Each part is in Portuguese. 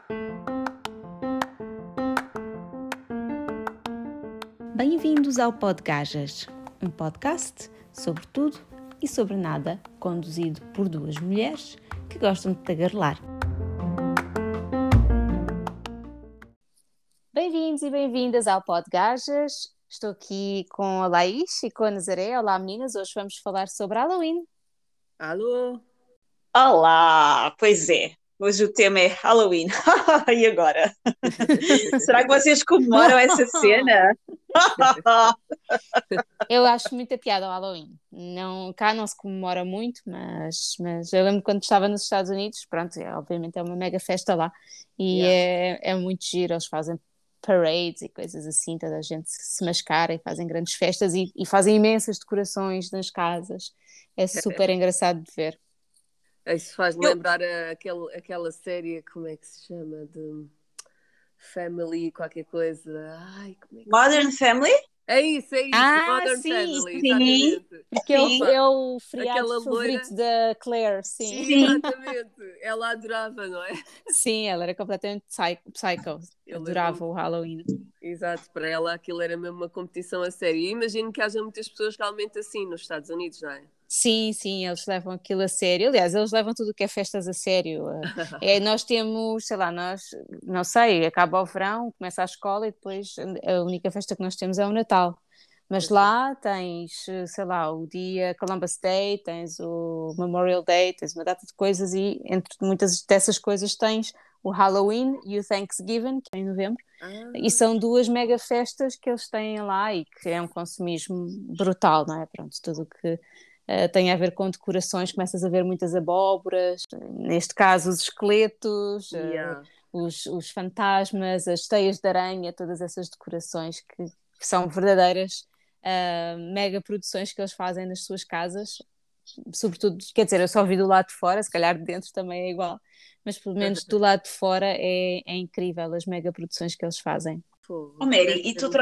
Bem-vindos ao Podgajas, um podcast sobre tudo e sobre nada, conduzido por duas mulheres que gostam de tagarelar. Bem-vindos e bem-vindas ao Podgajas. Estou aqui com a Laís e com a Nazaré. Olá meninas, hoje vamos falar sobre Halloween. Alô? Olá, pois é, hoje o tema é Halloween. E agora? Será que vocês comemoram essa cena? Eu acho muita piada ao Halloween. Não, cá não se comemora muito, mas eu lembro quando estava nos Estados Unidos, pronto, obviamente é uma mega festa lá e é muito giro, eles fazem parades e coisas assim, toda a gente se mascara e fazem grandes festas e fazem imensas decorações nas casas. É super engraçado de ver. Isso faz-me lembrar aquela série, como é que se chama? De Family, qualquer coisa. Ai, como é que... Modern Family? É isso, Modern Sim, Family, sim. exatamente. Porque é o feriado Aquela favorito loira... da Claire, sim. Exatamente, ela adorava, não é? Sim, ela era completamente psycho, adorava o Halloween. Exato, para ela aquilo era mesmo uma competição a sério. E imagino que haja muitas pessoas realmente assim nos Estados Unidos, não é? Sim, eles levam aquilo a sério. Aliás, eles levam tudo o que é festas a sério. Nós temos, sei lá, não sei, acaba o verão, começa a escola e depois a única festa que nós temos é o Natal. Mas lá tens, sei lá, o dia Columbus Day, tens o Memorial Day, tens uma data de coisas e entre muitas dessas coisas tens o Halloween e o Thanksgiving, que é em novembro. E são duas mega festas que eles têm lá e que é um consumismo brutal, não é? Pronto, tudo o que tem a ver com decorações, começas a ver muitas abóboras, neste caso os esqueletos, os fantasmas, as teias de aranha, todas essas decorações que são verdadeiras mega produções que eles fazem nas suas casas, sobretudo, quer dizer, eu só vi do lado de fora, se calhar de dentro também é igual, mas pelo menos do lado de fora é incrível as mega produções que eles fazem. Mary, e tu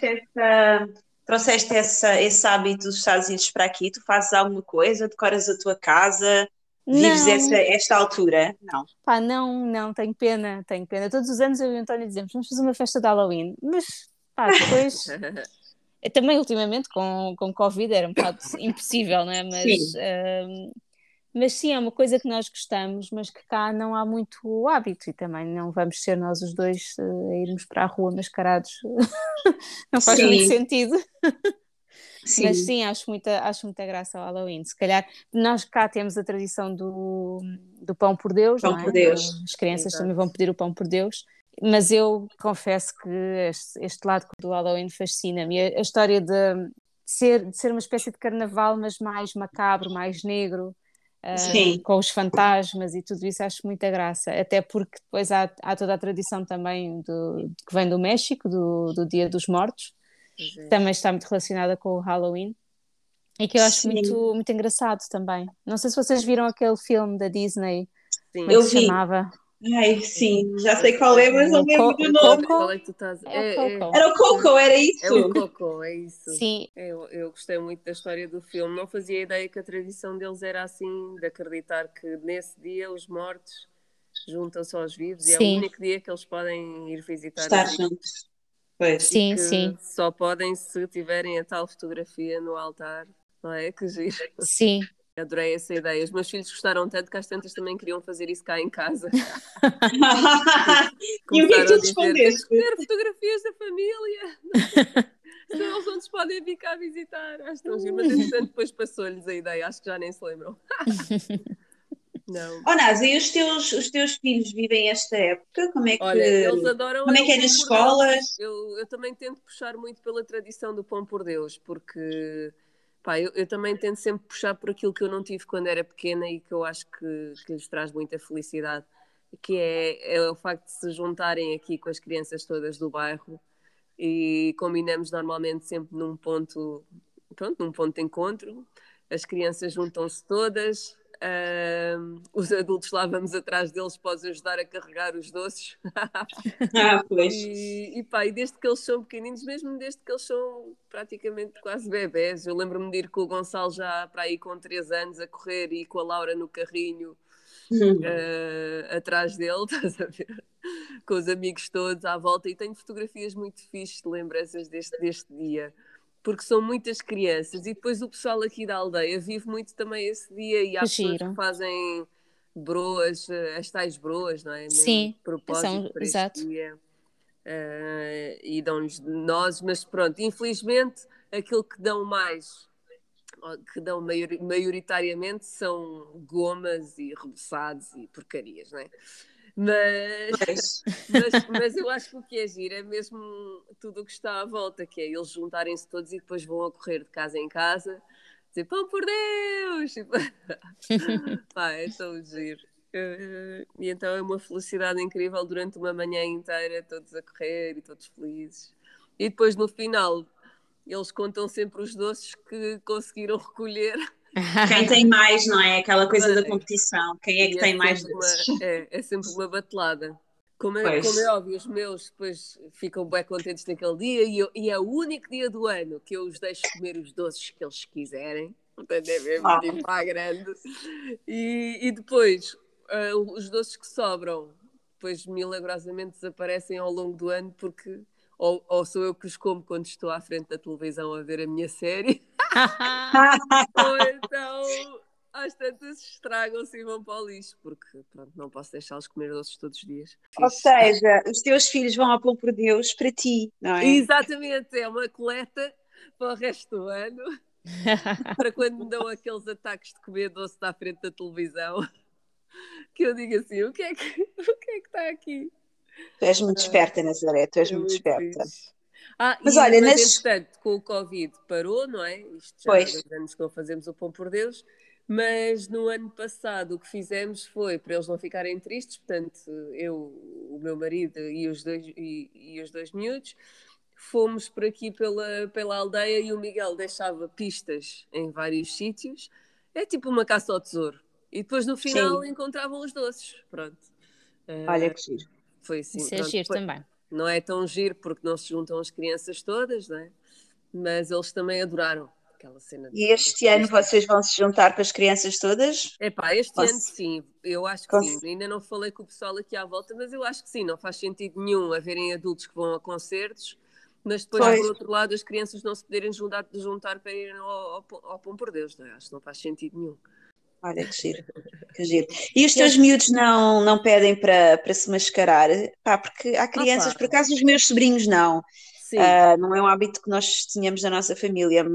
trouxeste esse hábito dos Estados Unidos para aqui? Tu fazes alguma coisa? Decoras a tua casa? Vives esta altura? Não. Pá, não, tenho pena. Todos os anos eu e o António dizemos, vamos fazer uma festa de Halloween, mas pá, depois... Também ultimamente com Covid era um bocado impossível, não é? Mas sim, é uma coisa que nós gostamos, mas que cá não há muito hábito e também não vamos ser nós os dois a irmos para a rua mascarados. Não faz muito sentido. Sim. Mas sim, acho muita graça ao Halloween. Se calhar nós cá temos a tradição do pão por Deus, Pão não é? por Deus. As crianças também vão pedir o pão por Deus. Mas eu confesso que este lado do Halloween fascina-me. A história de ser uma espécie de carnaval, mas mais macabro, mais negro, com os fantasmas e tudo isso, acho muita graça. Até porque depois há toda a tradição também que vem do México, do Dia dos Mortos, que também está muito relacionada com o Halloween. E que eu acho muito, muito engraçado também. Não sei se vocês viram aquele filme da Disney, como é que se chamava? Ai, sim, já sei qual é, mas não lembro do nome. Coco? Qual é que tu estás... É o Coco. Era o Coco, era isso? É o Coco, é isso. Sim. Eu gostei muito da história do filme. Não fazia ideia que a tradição deles era assim, de acreditar que nesse dia os mortos juntam-se aos vivos e é o único dia que eles podem ir visitar estar os vivos. juntos. Pois. Sim, Só podem se tiverem a tal fotografia no altar. Não é? Que giro. Sim. Adorei essa ideia. Os meus filhos gostaram tanto que às tantas também queriam fazer isso cá em casa. E o que é que tu respondeste? Temos que ter fotografias da família. Senão eles não nos podem vir cá visitar. Acho tão giro. Mas entretanto depois passou-lhes a ideia. Acho que já nem se lembram. Não. Oh, Nasa, e os teus filhos vivem esta época? Como é que, olha, eles adoram como é que é nas escolas? Eu também tento puxar muito pela tradição do pão por Deus, porque pá, eu também tento sempre puxar por aquilo que eu não tive quando era pequena e que eu acho que lhes traz muita felicidade, que é o facto de se juntarem aqui com as crianças todas do bairro e combinamos normalmente sempre num ponto de encontro. As crianças juntam-se todas, os adultos lá vamos atrás deles para os ajudar a carregar os doces. Pois. E desde que eles são pequeninos, mesmo desde que eles são praticamente quase bebés, eu lembro-me de ir com o Gonçalo já para aí com 3 anos a correr e com a Laura no carrinho atrás dele, estás a ver? Com os amigos todos à volta, e tenho fotografias muito fixes de lembranças deste dia, porque são muitas crianças, e depois o pessoal aqui da aldeia vive muito também esse dia, e há Que pessoas que giro. fazem broas, as tais broas, não é? Mesmo de Sim, propósito para este exato. dia, e dão-lhes nozes, mas pronto, infelizmente aquilo que dão mais, que dão maioritariamente, são gomas e reboçados e porcarias, não é? Mas, mas eu acho que o que é giro é mesmo tudo o que está à volta, que é eles juntarem-se todos e depois vão a correr de casa em casa, dizer pão por Deus! Pá, é tão giro. E então é uma felicidade incrível durante uma manhã inteira, todos a correr e todos felizes. E depois no final, eles contam sempre os doces que conseguiram recolher. Quem tem mais, não é? Aquela coisa da Bem, competição. Quem é que e tem mais desses? é sempre uma batelada. Como é Pois. óbvio, os meus depois ficam bem contentes naquele dia, e é o único dia do ano que eu os deixo comer os doces que eles quiserem. Portanto, é mesmo Ah, tipo à grande. E depois, os doces que sobram, depois milagrosamente desaparecem ao longo do ano, porque ou sou eu que os como quando estou à frente da televisão a ver a minha série, ou então às tantas estragam-se e vão para o lixo, porque pronto, não posso deixá-los comer doces todos os dias. ou Fixe. seja, os teus filhos vão ao pão por Deus para ti, não é? Exatamente, é uma coleta para o resto do ano, para quando me dão aqueles ataques de comer doce à frente da televisão, que eu digo assim, o que é que está aqui? Tu és muito esperta, Nazaré, tu és É muito muito esperta. fixe. Mas olha, Mas entretanto, com o Covid parou, não é? Isto já há pois, 2 anos que não fazemos o Pão por Deus, mas no ano passado o que fizemos foi, para eles não ficarem tristes, portanto, eu, o meu marido e os dois miúdos, fomos por aqui pela aldeia, e o Miguel deixava pistas em vários sítios. É tipo uma caça ao tesouro. E depois no final sim, encontravam os doces. Pronto. olha Uh, que giro. Foi assim, Isso é pronto. giro também. Não é tão giro porque não se juntam as crianças todas, não é? Mas eles também adoraram aquela cena E das este ano pistas. vocês vão se juntar com as crianças todas? Epá, este ano Cons- sim, eu acho que sim. cons- Ainda não falei com o pessoal aqui à volta, mas eu acho que sim, não faz sentido nenhum haverem adultos que vão a concertos, mas depois, por Pois, outro lado, as crianças não se poderem juntar para irem ao Pão por Deus, não é? Acho que não faz sentido nenhum. olha que giro, que giro. E os E teus miúdos não pedem para se mascarar? Pá, porque há Opa, crianças, por acaso os meus sobrinhos não. sim, Não é um hábito que nós tínhamos na nossa família,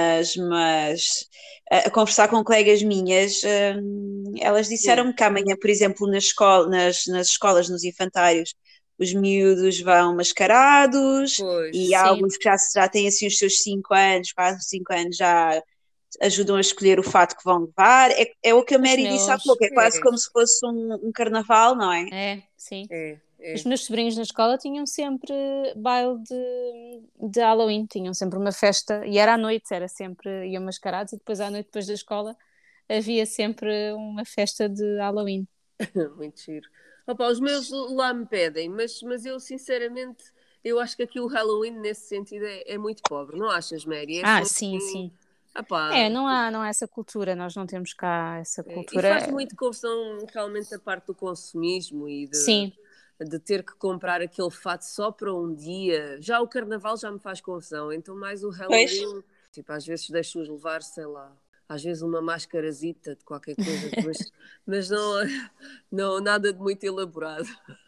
mas a conversar com colegas minhas, elas sim, disseram-me que amanhã, por exemplo, nas escolas, nos infantários, os miúdos vão mascarados e pois. há sim, alguns que já têm assim os seus 5 anos, 4, 5 anos, já ajudam a escolher o fato que vão levar. É o que a os Mary disse há meus. pouco, é quase É, como se fosse um carnaval, não é? É, sim. Os é. meus sobrinhos na escola tinham sempre baile de Halloween, tinham sempre uma festa, e era à noite, era sempre, iam mascarados, e depois à noite, depois da escola, havia sempre uma festa de Halloween. Muito giro. Opa, os meus lá me pedem, mas eu sinceramente, eu acho que aqui o Halloween nesse sentido é muito pobre, não achas, Mary? É Ah, só sim, assim, sim. opá, É, não há essa cultura, nós não temos cá essa e faz cultura. muito confusão realmente a parte do consumismo e Sim, de ter que comprar aquele fato só para um dia. Já o Carnaval já me faz confusão, então mais o Pois. Halloween, tipo, às vezes deixo-os levar, sei lá. Às vezes uma mascarazita de qualquer coisa, mas não, não nada de muito elaborado.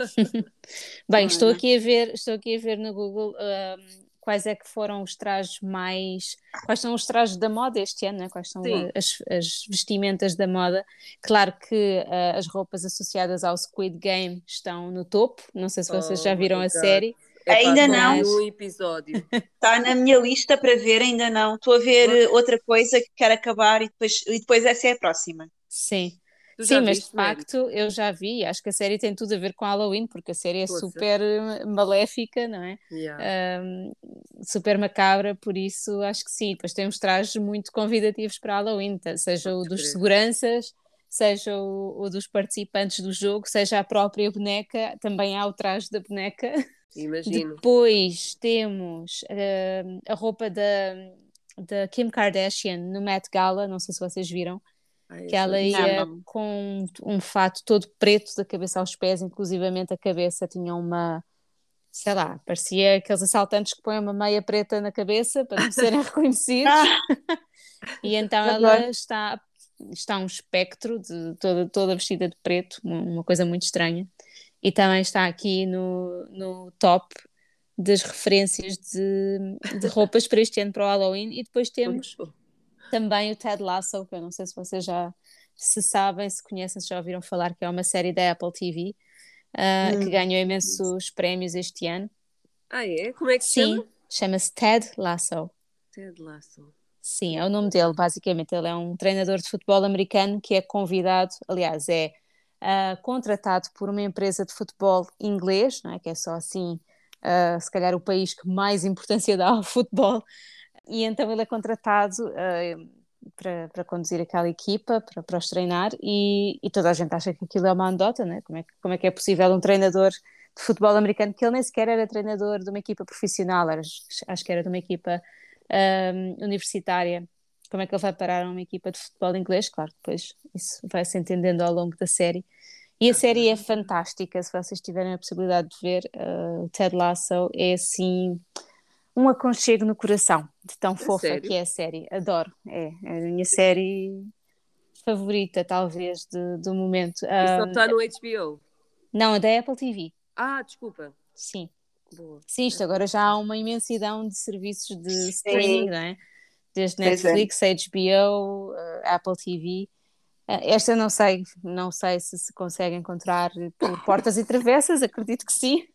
bem, Olha. estou aqui a ver no Google, quais é que foram os trajes mais, quais são os trajes da moda este ano, né? Quais são Sim. as vestimentas da moda. Claro que as roupas associadas ao Squid Game estão no topo, não sei se vocês Oh já viram my a God. série, Epá, Ainda só vi não. um mas episódio. Está na minha lista para ver, ainda não. Estou a ver outra coisa que quero acabar e depois essa é a próxima. sim. Tu Sim, já mas de viste, Mary? facto eu já vi, acho que a série tem tudo a ver com Halloween, porque a série é Poça. super maléfica, não é? Yeah, Ahm, super macabra, por isso acho que sim. Depois tem uns trajes muito convidativos para Halloween, seja o podes dos crer. seguranças, seja o dos participantes do jogo, seja a própria boneca, também há o traje da boneca. Imagino. Depois temos a roupa da Kim Kardashian no Met Gala, não sei se vocês viram. Ai, que essa ela ia Não. com um fato todo preto da cabeça aos pés, inclusivamente a cabeça tinha uma, sei lá, parecia aqueles assaltantes que põem uma meia preta na cabeça para não serem reconhecidos. Ah, E então adoro. ela está um espectro de toda vestida de preto, uma coisa muito estranha. E também está aqui no top das referências de roupas para este ano para o Halloween. E depois muito temos bom. também o Ted Lasso, que eu não sei se vocês já se sabem, se conhecem, se já ouviram falar, que é uma série da Apple TV, que Hum. ganhou imensos prémios este ano. Ah, é? Como é que se chama? Sim, chama-se Ted Lasso. Ted Lasso. Sim, é o nome dele, basicamente. Ele é um treinador de futebol americano que é convidado, aliás, é contratado por uma empresa de futebol inglês, não é? Que é só assim, se calhar, o país que mais importância dá ao futebol. E então ele é contratado para conduzir aquela equipa, para os treinar, e toda a gente acha que aquilo é uma anedota, né? Como é que é possível um treinador de futebol americano, que ele nem sequer era treinador de uma equipa profissional, acho que era de uma equipa universitária, como é que ele vai parar a uma equipa de futebol inglês? Claro, depois isso vai-se entendendo ao longo da série. E a série é fantástica, se vocês tiverem a possibilidade de ver, o Ted Lasso é assim um aconchego no coração, de tão A fofa que sério? é a série. Adoro, é a minha série favorita, talvez, do momento. Isso não está no HBO? Não, é da Apple TV, Ah, desculpa. sim. Boa. Sim, isto agora já há uma imensidão de serviços de streaming, Sim, não é? Desde pois é. Netflix, HBO, Apple TV. Esta eu não sei se consegue encontrar por portas e travessas, acredito que sim.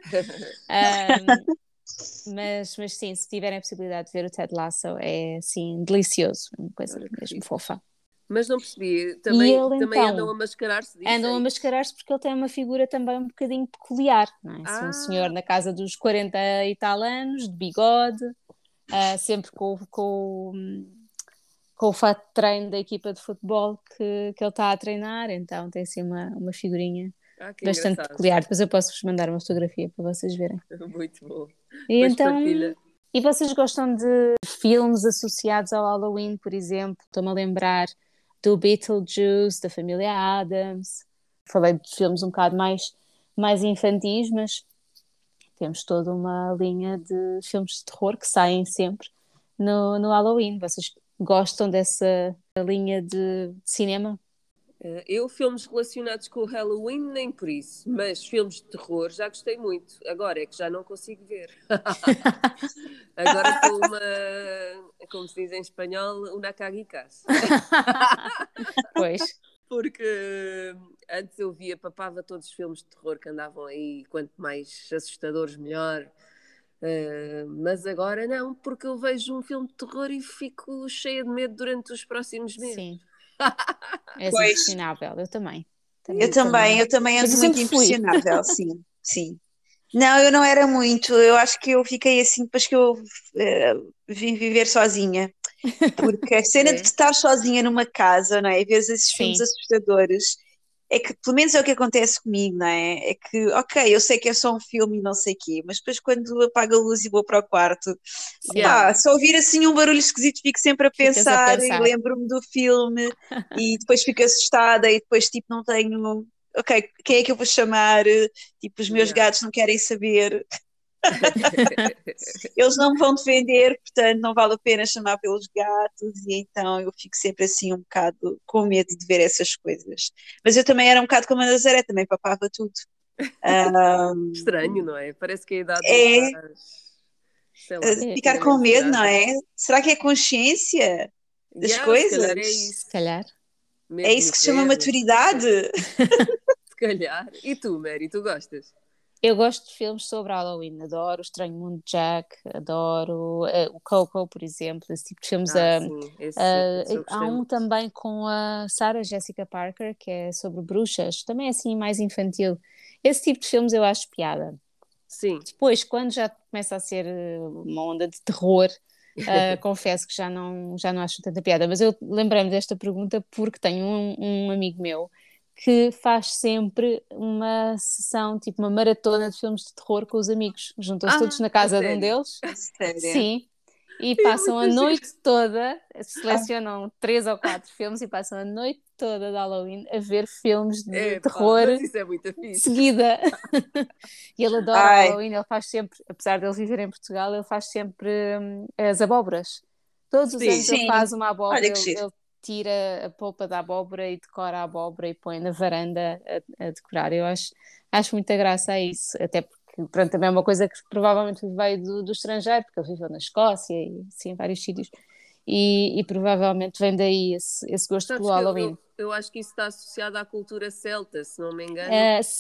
Mas sim, se tiverem a possibilidade de ver o Ted Lasso, é assim, delicioso, uma coisa Olha que mesmo fixe. fofa. Mas não percebi. E Também, ele também andam então a mascarar-se disso, andam é a isso? mascarar-se porque ele tem uma figura também um bocadinho peculiar, não é? Assim, um senhor Ah, na casa dos 40 e tal anos, de bigode, sempre com o fato de treino da equipa de futebol que ele está a treinar, então tem assim uma figurinha que bastante engraçado. peculiar. Depois eu posso-vos mandar uma fotografia para vocês verem. Muito bom. E Depois então, partilha. e vocês gostam de filmes associados ao Halloween, por exemplo? Estou-me a lembrar do Beetlejuice, da família Addams. Falei de filmes um bocado mais infantis, mas temos toda uma linha de filmes de terror que saem sempre no Halloween. Vocês gostam dessa linha de cinema? Eu, filmes relacionados com o Halloween, nem por isso, mas filmes de terror já gostei muito. Agora é que já não consigo ver. Agora estou uma, como se diz em espanhol, una caguicas. Pois, Porque antes eu via, papava todos os filmes de terror que andavam aí, quanto mais assustadores, melhor. Mas agora não, porque eu vejo um filme de terror e fico cheia de medo durante os próximos meses. sim, és Pois, impressionável, eu também. eu também, Também. eu também Mas ando eu muito sempre fui. impressionável, sim, sim. Não, eu não era muito, eu acho que eu fiquei assim depois que eu eh, vim viver sozinha, porque a cena de É? estar sozinha numa casa, não é? E ver esses filmes Sim, assustadores, é que pelo menos é o que acontece comigo, não é? É que, ok, eu sei que é só um filme e não sei quê, mas depois quando apago a luz e vou para o quarto, sim. pá, Yeah. se ouvir assim um barulho esquisito fico sempre a Ficas a pensar e pensar. lembro-me do filme e depois fico assustada e depois tipo não tenho. Ok, quem é que eu vou chamar? Tipo, os meus Yeah. gatos não querem saber, eles não me vão defender, portanto não vale a pena chamar pelos gatos, e então eu fico sempre assim um bocado com medo de ver essas coisas. Mas eu também era um bocado como a Nazaré, também papava tudo. Ah, Estranho, não é? Parece que a idade nos é faz, sei lá, É, ficar ter com menos medo, não graça. é? Será que é consciência das Yeah, se calhar é coisas? se isso. calhar. É Medo de isso que se chama morrer, maturidade? se calhar. E tu, Mary, tu gostas? Eu gosto de filmes sobre Halloween, adoro o Estranho Mundo de Jack, adoro o Coco, por exemplo, esse tipo de filmes. Sim, esse eu Há gostei um muito. também com a Sarah Jessica Parker, que é sobre bruxas, também é assim mais infantil. Esse tipo de filmes eu acho piada. Sim. Depois, quando já começa a ser uma onda de terror, confesso que já não acho tanta piada. Mas eu lembrei-me desta pergunta porque tenho um amigo meu que faz sempre uma sessão, tipo uma maratona de filmes de terror com os amigos. Juntam-se todos Ah, na a casa de um sério? deles, A sério? sim, e passam a noite toda, selecionam 3 ou 4 filmes e passam a noite toda de Halloween a ver filmes de terror mas isso é muito de fixe. seguida. E ele adora o Ai. Halloween, ele faz sempre, apesar de ele viver em Portugal, ele faz sempre as abóboras. Todos os Sim. anos ele Sim. faz uma abóbora, Olha que giro. ele tira a polpa da abóbora e decora a abóbora e põe na varanda a decorar. Eu acho muita graça a isso, até porque pronto, também é uma coisa que provavelmente veio do estrangeiro, porque ele viveu na Escócia e assim, em vários sítios, e provavelmente vem daí esse gosto Sabes pelo que Halloween. eu acho que isso está associado à cultura celta, se não me engano.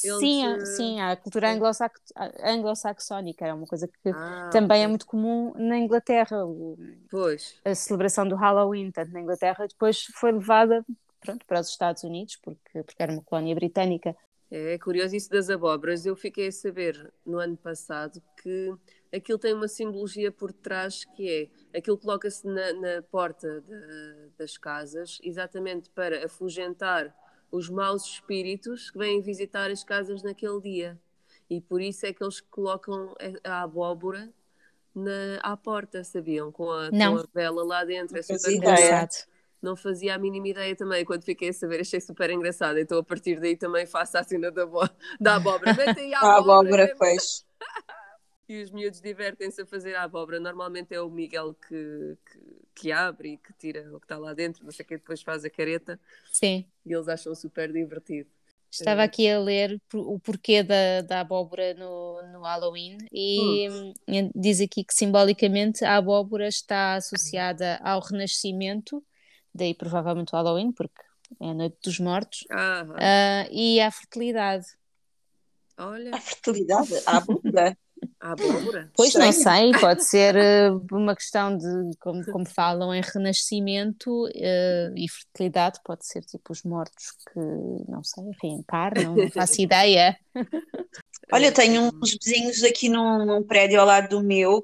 Sim, a cultura anglo-saxónica é uma coisa que também é ok. muito comum na Inglaterra, Pois. a celebração do Halloween, tanto na Inglaterra, depois foi levada, pronto, para os Estados Unidos, porque era uma colónia britânica. É curioso isso das abóboras. Eu fiquei a saber no ano passado que aquilo tem uma simbologia por trás que é aquilo coloca-se na porta das casas exatamente para afugentar os maus espíritos que vêm visitar as casas naquele dia. E por isso é que eles colocam a abóbora à porta, sabiam? Com Não, a vela lá dentro. É Não super fazia curioso. ideia. engraçado. Não fazia a mínima ideia também. Quando fiquei a saber, achei super engraçado. Então, a partir daí, também faço a cena da abóbora. Metem a A abóbora, abóbora, que é pois. e os miúdos divertem-se a fazer a abóbora. Normalmente é o Miguel que abre e que tira o que está lá dentro, não sei o que, depois faz a careta Sim. e eles acham super divertido. Estava aqui a ler o porquê da abóbora no Halloween e diz aqui que simbolicamente a abóbora está associada ao renascimento, daí provavelmente o Halloween, porque é a Noite dos Mortos, e à fertilidade. Olha, A fertilidade, a abóbora. a abóbora. Pois não Estranho. sei, pode ser uma questão de, como falam em renascimento e fertilidade, pode ser tipo os mortos que, não sei, reencarnam, não faço ideia. Olha, eu tenho uns vizinhos aqui num prédio ao lado do meu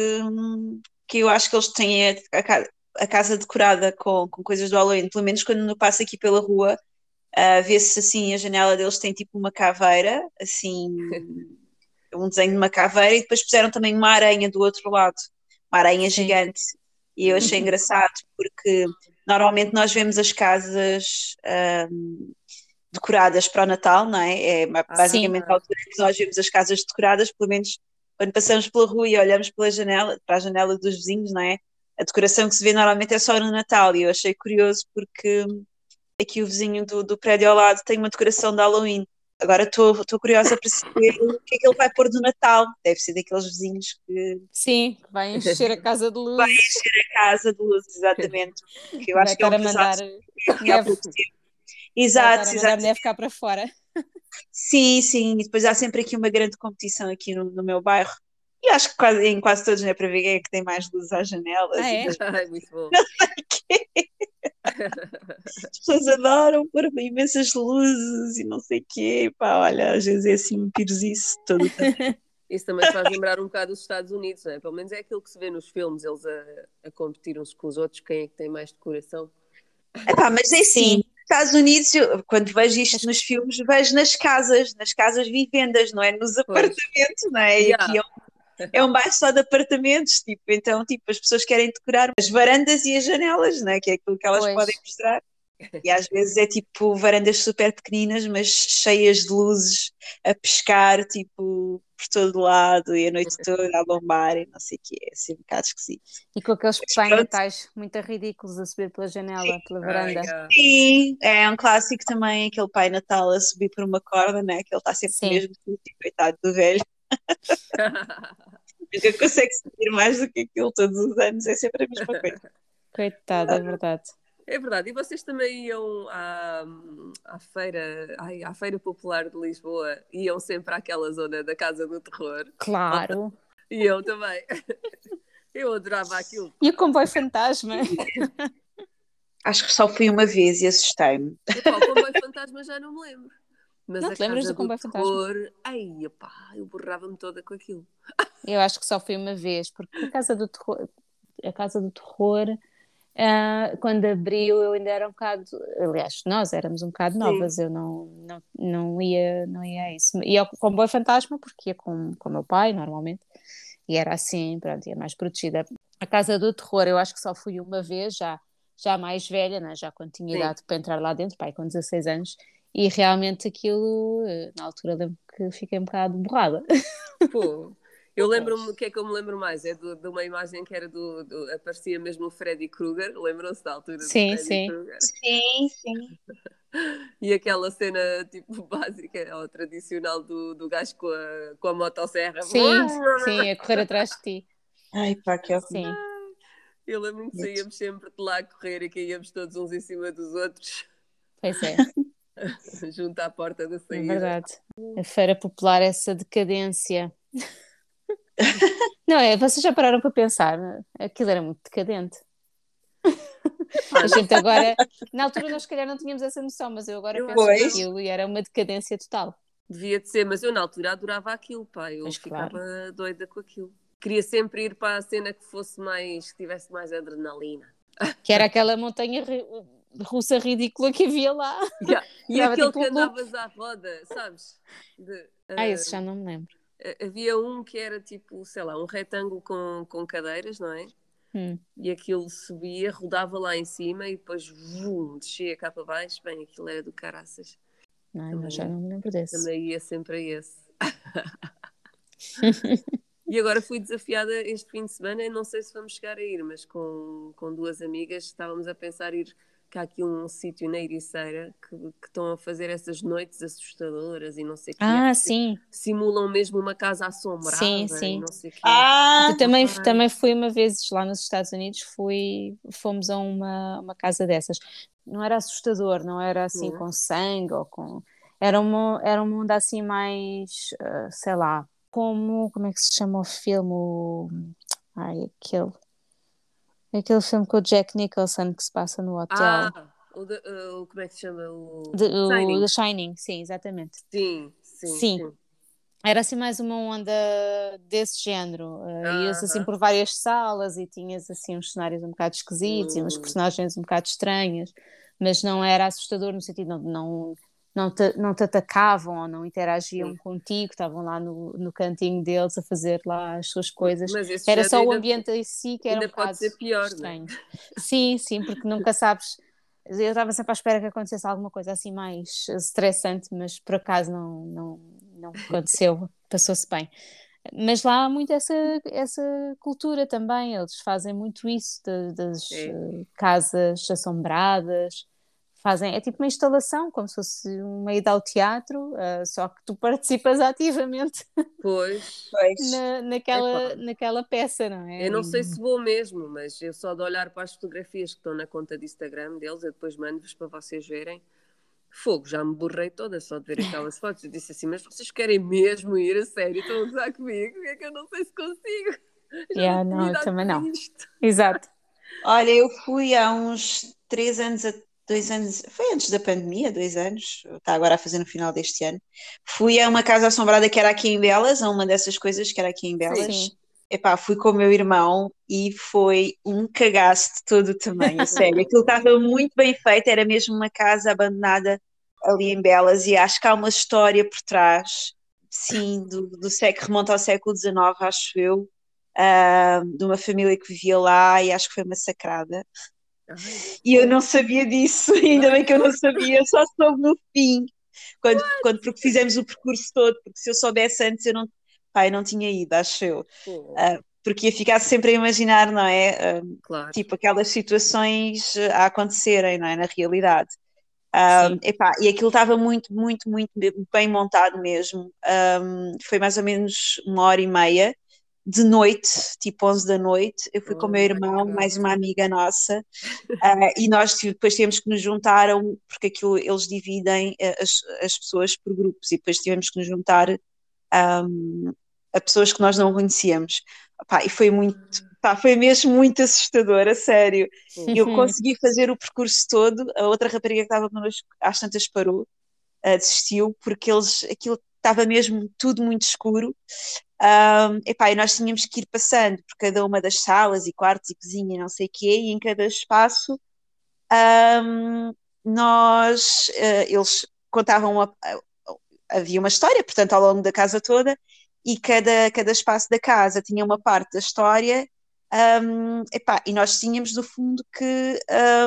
que eu acho que eles têm a casa decorada com coisas do Halloween. Pelo menos quando eu passo aqui pela rua, vê-se assim, a janela deles tem tipo uma caveira, assim, um desenho de uma caveira, e depois puseram também uma aranha do outro lado, uma aranha Sim. gigante. E eu achei engraçado porque normalmente nós vemos as casas decoradas para o Natal, não é? É basicamente a altura que nós vemos as casas decoradas, pelo menos quando passamos pela rua e olhamos pela janela, para a janela dos vizinhos, não é? A decoração que se vê normalmente é só no Natal, e eu achei curioso porque aqui o vizinho do prédio ao lado tem uma decoração de Halloween. Agora estou curiosa para saber o que é que ele vai pôr do Natal. Deve ser daqueles vizinhos que Sim, que vai encher a casa de vai luzes, encher a casa de luzes, exatamente. Que eu vai acho que é estar um a casal mandar que há neve, pouco tempo. vai Exato, estar a mandar exato. neve cá para fora. Sim, sim. E depois há sempre aqui uma grande competição aqui no meu bairro. E acho que em quase todos, não é, para ver quem é que tem mais luzes às janelas. Ah, E é? Ai, muito bom. as pessoas adoram pôr imensas luzes e não sei o quê. Pá, olha, às vezes é assim um pirosice todo. Isso também faz lembrar um bocado os Estados Unidos, não é? Pelo menos é aquilo que se vê nos filmes, eles a competir uns com os outros, quem é que tem mais decoração. Epá, mas é assim, Sim. nos Estados Unidos, quando vejo isto nos filmes, vejo nas casas vivendas, não é? Nos apartamentos, não é? E aqui é um bairro só de apartamentos, tipo, então, tipo, as pessoas querem decorar as varandas e as janelas, não é? Que é aquilo que elas podem mostrar. E às vezes é tipo varandas super pequeninas, mas cheias de luzes a piscar, tipo, por todo lado e a noite toda a bombar e não sei o que é, assim um bocado esquisito. E com aqueles Mas pai pronto. natais muito ridículos a subir pela janela, pela varanda. Sim, é um clássico também, aquele Pai Natal a subir por uma corda, né? Que ele está sempre Sim. mesmo, tipo, coitado do velho. Nunca consegue subir mais do que aquilo todos os anos, é sempre a mesma coisa. Coitado, é verdade. É verdade. E vocês também iam à feira popular de Lisboa, iam sempre àquela zona da Casa do Terror? Claro. Iam também. Eu adorava aquilo. E o comboio fantasma? Acho que só fui uma vez e assustei-me. Epá, o comboio fantasma já não me lembro. Mas Não a te lembras Casa do comboio fantasma? Terror, ai, epá, eu borrava-me toda com aquilo. Eu acho que só fui uma vez, porque a Casa do Terror, quando abriu, eu ainda era um bocado. Aliás, nós éramos um bocado novas, eu não ia a isso. Ia ao comboio fantasma, porque ia com o meu pai, normalmente, e era assim, pronto, ia mais protegida. A Casa do Terror, eu acho que só fui uma vez, já mais velha, né? Já quando tinha Sim. idade para entrar lá dentro, pai, com 16 anos, e realmente aquilo, na altura lembro que fiquei um bocado borrada. Pô, eu lembro-me, o que é que eu me lembro mais? É de uma imagem que era aparecia mesmo o Freddy Krueger, lembram-se da altura do Sim, Freddy sim, Krueger? Sim, sim. E aquela cena tipo básica ou tradicional do gajo com a motosserra. sim, sim, a correr atrás de ti, Ai, pá, que horrível. sim, Eu lembro-me que Gente. saíamos sempre de lá a correr e caíamos todos uns em cima dos outros, pois é, junto à porta da é saída. verdade. A Feira Popular, essa decadência. Não, é, vocês já pararam para pensar, né? Aquilo era muito decadente. Pá, A não gente agora, na altura nós se calhar não tínhamos essa noção, mas eu agora eu penso acho que Pois. não. naquilo e era uma decadência total. Devia de ser, mas eu na altura adorava aquilo, pá. Eu Pois claro. ficava doida com aquilo. Queria sempre ir para a cena que fosse mais, que tivesse mais adrenalina. Que era aquela montanha russa ridícula que havia lá. Yeah. Que E dava aquele tipo que um loop. andavas à roda, sabes? De, Ah, esse já não me lembro. havia um que era tipo, sei lá, um retângulo com cadeiras, não é? Hum. E aquilo subia, rodava lá em cima e depois vum, descia cá para baixo. Bem, aquilo era do caraças. Não, mas já Também, não me lembro desse. também ia sempre a esse. E agora fui desafiada este fim de semana e não sei se vamos chegar a ir, mas com duas amigas estávamos a pensar ir cá aqui um sítio na Ericeira que estão a fazer essas noites assustadoras e não sei o quê. Ah, sim, Simulam mesmo uma casa sim, assombrada e sim. não sei o quê. Ah, Eu também, Ai, também fui uma vez lá nos Estados Unidos, fomos a uma casa dessas. Não era assustador, não era assim não é? com sangue ou com. Era um mundo assim mais, sei lá, como é que se chama o filme? Ai, aquele filme com o Jack Nicholson que se passa no hotel. Como é que se chama? O O Shining. The Shining, sim, exatamente. Sim, sim, Sim, sim. era assim mais uma onda desse género. Ias assim Aham. por várias salas e tinhas assim uns cenários um bocado esquisitos e umas Hum, personagens um bocado estranhas, mas não era assustador no sentido não te atacavam ou não interagiam sim. contigo, estavam lá no cantinho deles a fazer lá as suas coisas. Mas esse Era género só o ambiente em si que era um ainda pode bocado ser pior, não é? estranho. Sim, sim, porque nunca sabes. Eu estava sempre à espera que acontecesse alguma coisa assim mais estressante, mas por acaso não aconteceu, passou-se bem. Mas lá há muito essa cultura também, eles fazem muito isso das É. casas assombradas, fazem, é tipo uma instalação, como se fosse uma ida ao teatro, só que tu participas ativamente Pois. pois. Epá. naquela peça, não Eu é? não sei se vou mesmo, mas eu só de olhar para as fotografias que estão na conta de Instagram deles, eu depois mando-vos para vocês verem. Fogo, já me borrei toda só de ver aquelas fotos. Eu disse assim, mas vocês querem mesmo ir a sério? Estão a gozar comigo? É que eu não sei se consigo. Já não Yeah, tenho não, eu idade também para não. isto. Exato. Olha, eu fui há uns 3 anos, 2 anos, foi antes da pandemia, 2 anos, está agora a fazer no final deste ano. Fui a uma casa assombrada que era aqui em Belas, a uma dessas coisas que era aqui em Sim. Belas. Sim. Epá, fui com o meu irmão e foi um cagaço de todo o tamanho, a sério. Aquilo estava muito bem feito, era mesmo uma casa abandonada ali em Belas e acho que há uma história por trás, sim, do século, que remonta ao século XIX, acho eu, de uma família que vivia lá e acho que foi massacrada. Ai, E eu não sabia disso, ainda bem que eu não sabia, só soube no fim, porque fizemos o percurso todo, porque se eu soubesse antes eu não, pá, eu não tinha ido, acho eu. pô, Porque ia ficar sempre a imaginar, não é? claro. Tipo, aquelas situações a acontecerem, não é? Na realidade. Sim. Epá, e aquilo estava muito, muito, muito bem montado mesmo. Foi mais ou menos 1 hora e meia de noite, tipo 11 da noite. Eu fui com o Oh meu my irmão, God. mais uma amiga nossa, e nós depois temos que nos juntar, porque aquilo eles dividem as pessoas por grupos, e depois tivemos que nos juntar a pessoas que nós não conhecíamos. Pá, e foi muito, pá, foi mesmo muito assustador, a sério. Pô, Eu consegui fazer o percurso todo, a outra rapariga que estava connosco às tantas parou, desistiu, porque aquilo estava mesmo tudo muito escuro. Epá, e nós tínhamos que ir passando por cada uma das salas e quartos e cozinha e não sei o quê, e em cada espaço eles contavam havia uma história, portanto, ao longo da casa toda, e cada espaço da casa tinha uma parte da história, Epá, e nós tínhamos, no fundo, que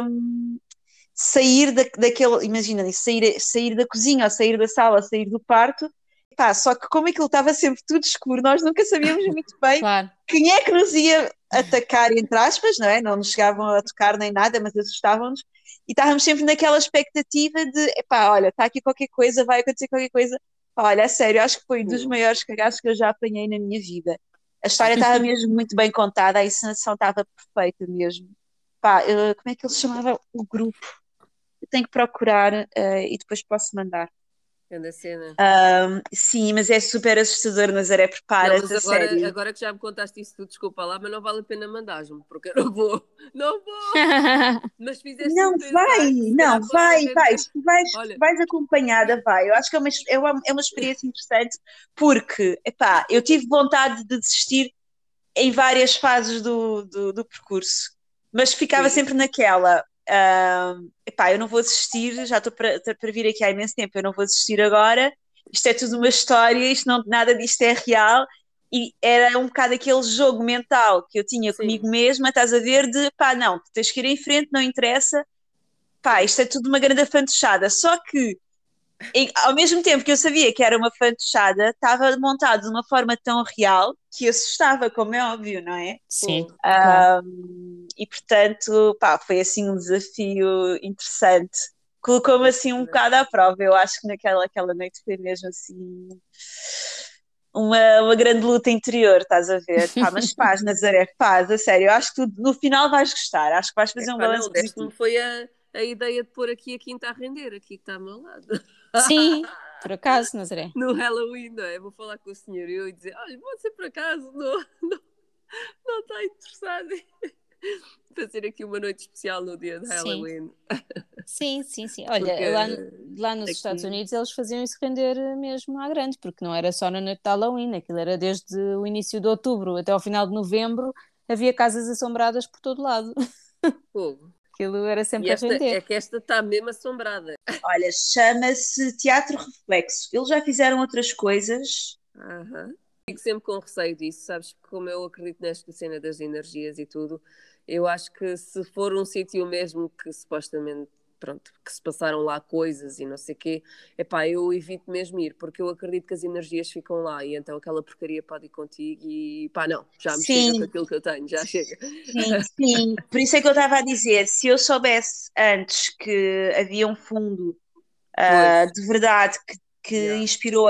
sair daquele, imagina, sair da cozinha, ou sair da sala, ou sair do quarto. Epá, só que como aquilo estava sempre tudo escuro, nós nunca sabíamos muito bem Claro. quem é que nos ia atacar, entre aspas, não é? Não nos chegavam a tocar nem nada, mas assustavam-nos. E estávamos sempre naquela expectativa de, epá, olha, está aqui qualquer coisa, vai acontecer qualquer coisa. Pá, olha, a sério, acho que foi um dos maiores cagaços que eu já apanhei na minha vida. A história estava mesmo muito bem contada, a encenação estava perfeita mesmo. Pá, como é que ele se chamava o grupo? Eu tenho que procurar e depois posso mandar. Grande cena. Sim, mas é super assustador, Nazaré, Não, prepara-te, mas a sério. agora que já me contaste isso tudo, desculpa lá, mas não vale a pena mandares-me, porque eu não vou, não vou. Mas fizeste-me Não, pensar que se não, calhar posso vai. render. Se tu vais, se tu Olha, vais acompanhada, vai. Eu acho que é uma experiência interessante porque, epá, eu tive vontade de desistir em várias fases do percurso, mas ficava sim, sempre naquela. Epá, eu não vou desistir, já estou para vir aqui há imenso tempo, eu não vou desistir agora. Isto é tudo uma história, nada disto é real. E era um bocado aquele jogo mental que eu tinha sim, comigo mesma, estás a ver, de pá, não, tens que ir em frente, não interessa, pá, sim. isto é tudo uma grande fantochada. Só que, ao mesmo tempo que eu sabia que era uma fantochada, estava montado de uma forma tão real que assustava, como é óbvio, não é? Sim, Pô, claro. E portanto, pá, foi assim um desafio interessante. Colocou-me assim um bocado à prova. Eu acho que aquela noite foi mesmo assim uma grande luta interior, estás a ver? Pá, mas faz, Nazaré, faz, a sério. Eu acho que tu no final vais gostar. Acho que vais fazer um epá, balanço não, deste-me positivo. foi a ideia de pôr aqui a quinta a render, aqui que está ao meu lado. Sim, por acaso, Nazaré. No Halloween, não é? Vou falar com o senhor e eu e dizer: olha, você por acaso não está interessado em fazer aqui uma noite especial no dia de Sim, Halloween? sim. Olha, Porque lá nos Estados aqui, Unidos eles faziam isso render mesmo à grande, porque não era só na noite de Halloween, aquilo era desde o início de outubro até ao final de novembro, havia casas assombradas por todo lado. fogo. Aquilo era E sempre a esta render. é que esta está mesmo assombrada. Olha, chama-se Teatro Reflexo. Eles já fizeram outras coisas. Aham. Fico sempre com receio disso, sabes? Como eu acredito nesta cena das energias e tudo, eu acho que se for um sítio mesmo que supostamente, pronto, que se passaram lá coisas e não sei o quê, epá, eu evito mesmo ir, porque eu acredito que as energias ficam lá e então aquela porcaria pode ir contigo e pá, não, já me chega com Sim, aquilo que eu tenho, já chega. sim. Por isso é que eu estava a dizer, se eu soubesse antes que havia um fundo Pois, de verdade que yeah, inspirou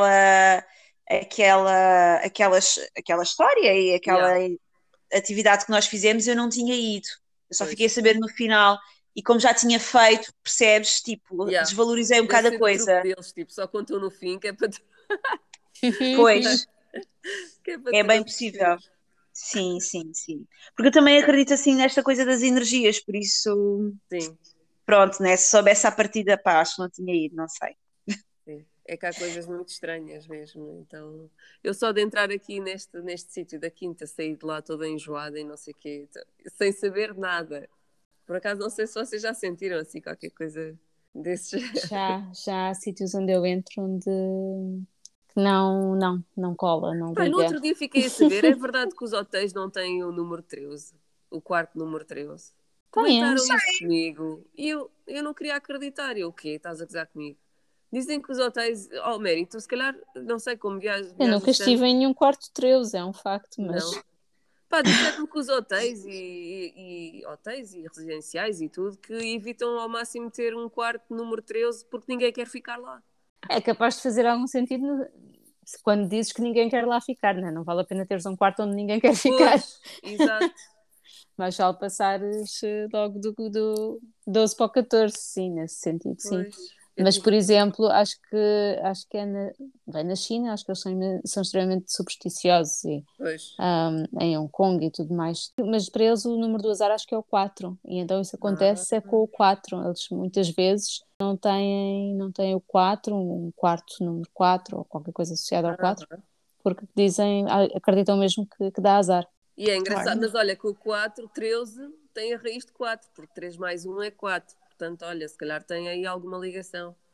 aquela história e aquela yeah, atividade que nós fizemos, eu não tinha ido. Eu só fiquei a pois, saber no final. E como já tinha feito, percebes, tipo, yeah. desvalorizei um Deve bocado a ser o truque coisa. deles, tipo, só contam no fim, que é para tu, Pois, que é para é tu bem não possível. desistires. Sim. Porque eu também acredito assim nesta coisa das energias, por isso, Sim. pronto, né? Se soubesse a partir da paz, não tinha ido, não sei. Sim. É que há coisas muito estranhas mesmo. Então, eu só de entrar aqui neste sítio da Quinta, sair de lá toda enjoada e não sei o quê, sem saber nada. Por acaso, não sei se vocês já sentiram assim qualquer coisa desses. Já há sítios onde eu entro onde que não cola, não Pai, no liga. outro dia fiquei a saber, é verdade que os hotéis não têm o número 13, o quarto número 13. Tenha. Comentaram isso comigo e eu não queria acreditar. Eu, o quê? Estás a gozar comigo? Dizem que os hotéis, oh, mérito, se calhar, não sei como Eu nunca viajas tanto, estive em nenhum quarto de 13, é um facto, mas não. Pá, disseram que os hotéis e hotéis e residenciais e tudo que evitam ao máximo ter um quarto número 13 porque ninguém quer ficar lá. é capaz de fazer algum sentido quando dizes que ninguém quer lá ficar, né? Não vale a pena teres um quarto onde ninguém quer ficar. Pois, exato. Mas vale passares logo do 12 para o 14, sim, nesse sentido, sim. Pois, eu Mas, por tive. exemplo, acho que é bem na China, acho que eles são extremamente supersticiosos e, Pois. em Hong Kong e tudo mais. Mas para eles o número do azar acho que é o 4 e então isso Ah, acontece é com o 4. Eles muitas vezes não têm o 4, um quarto número 4 ou qualquer coisa associada ao 4, ah. porque dizem, acreditam mesmo que dá azar. E é engraçado, Olha, mas olha que o 4, 13 tem a raiz de 4, porque 3 mais um é 4. Portanto, olha, se calhar tem aí alguma ligação.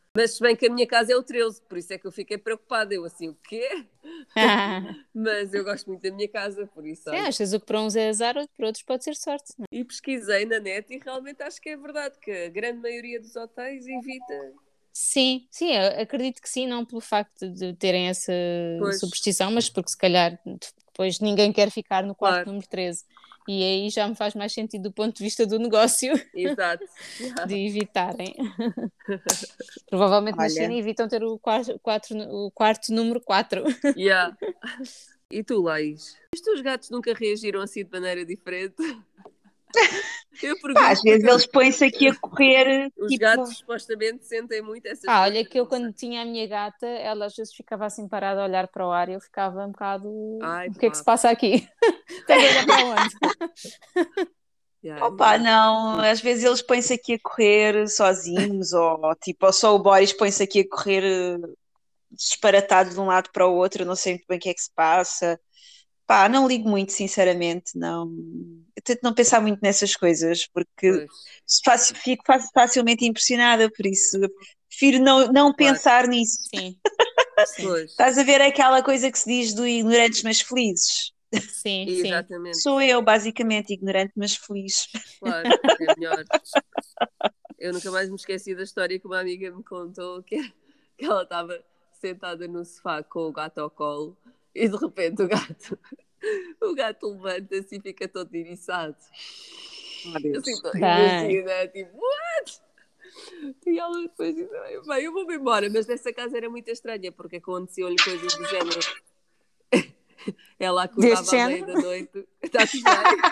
Mas se bem que a minha casa é o 13, por isso é que eu fiquei preocupada. Eu assim, o quê? Mas eu gosto muito da minha casa, por isso. Sim, achas o que para uns é azar, para outros pode ser sorte. Não é? E pesquisei na net e realmente acho que é verdade que a grande maioria dos hotéis evita. Sim, eu acredito que sim, não pelo facto de terem essa Pois, superstição, mas porque se calhar depois ninguém quer ficar no quarto claro, número 13. E aí já me faz mais sentido do ponto de vista do negócio exato. de evitarem. Provavelmente na China Olha, evitam ter o quarto número 4. Yeah. E tu, Laís? Os teus gatos nunca reagiram assim de maneira diferente? Eu pá, pergunto às vezes porque eles põem-se aqui a correr, os gatos tipo, supostamente sentem muito essas Ah, olha coisas. que eu Não sei. quando tinha a minha gata, ela às vezes ficava assim parada a olhar para o ar e eu ficava um bocado, Ai, o que é que se pá. passa aqui? Estás a olhar para onde? Yeah, opa, yeah. não, às vezes eles põem-se aqui a correr sozinhos, ou tipo, ou só o Boris põe-se aqui a correr disparatado de um lado para o outro, eu não sei muito bem o que é que se passa. Pá, não ligo muito, sinceramente, não. Eu tento não pensar muito nessas coisas, porque Pois, fico facilmente impressionada, por isso prefiro não claro. pensar nisso. Sim, sim, Pois, Estás a ver aquela coisa que se diz do ignorantes mas felizes? sim. exatamente. Sou eu, basicamente, ignorante mas feliz. Claro, é melhor. Eu nunca mais me esqueci da história que uma amiga me contou, que ela estava sentada no sofá com o gato ao colo e de repente o gato levanta-se e fica todo iriçado. Oh, Assim, Deus. Bem, imagina, tipo, what? E ela depois disse, bem, eu vou-me embora, mas nessa casa era muito estranha, porque aconteciam-lhe coisas do género. Ela deste acordava à meia género? da noite, está tudo bem?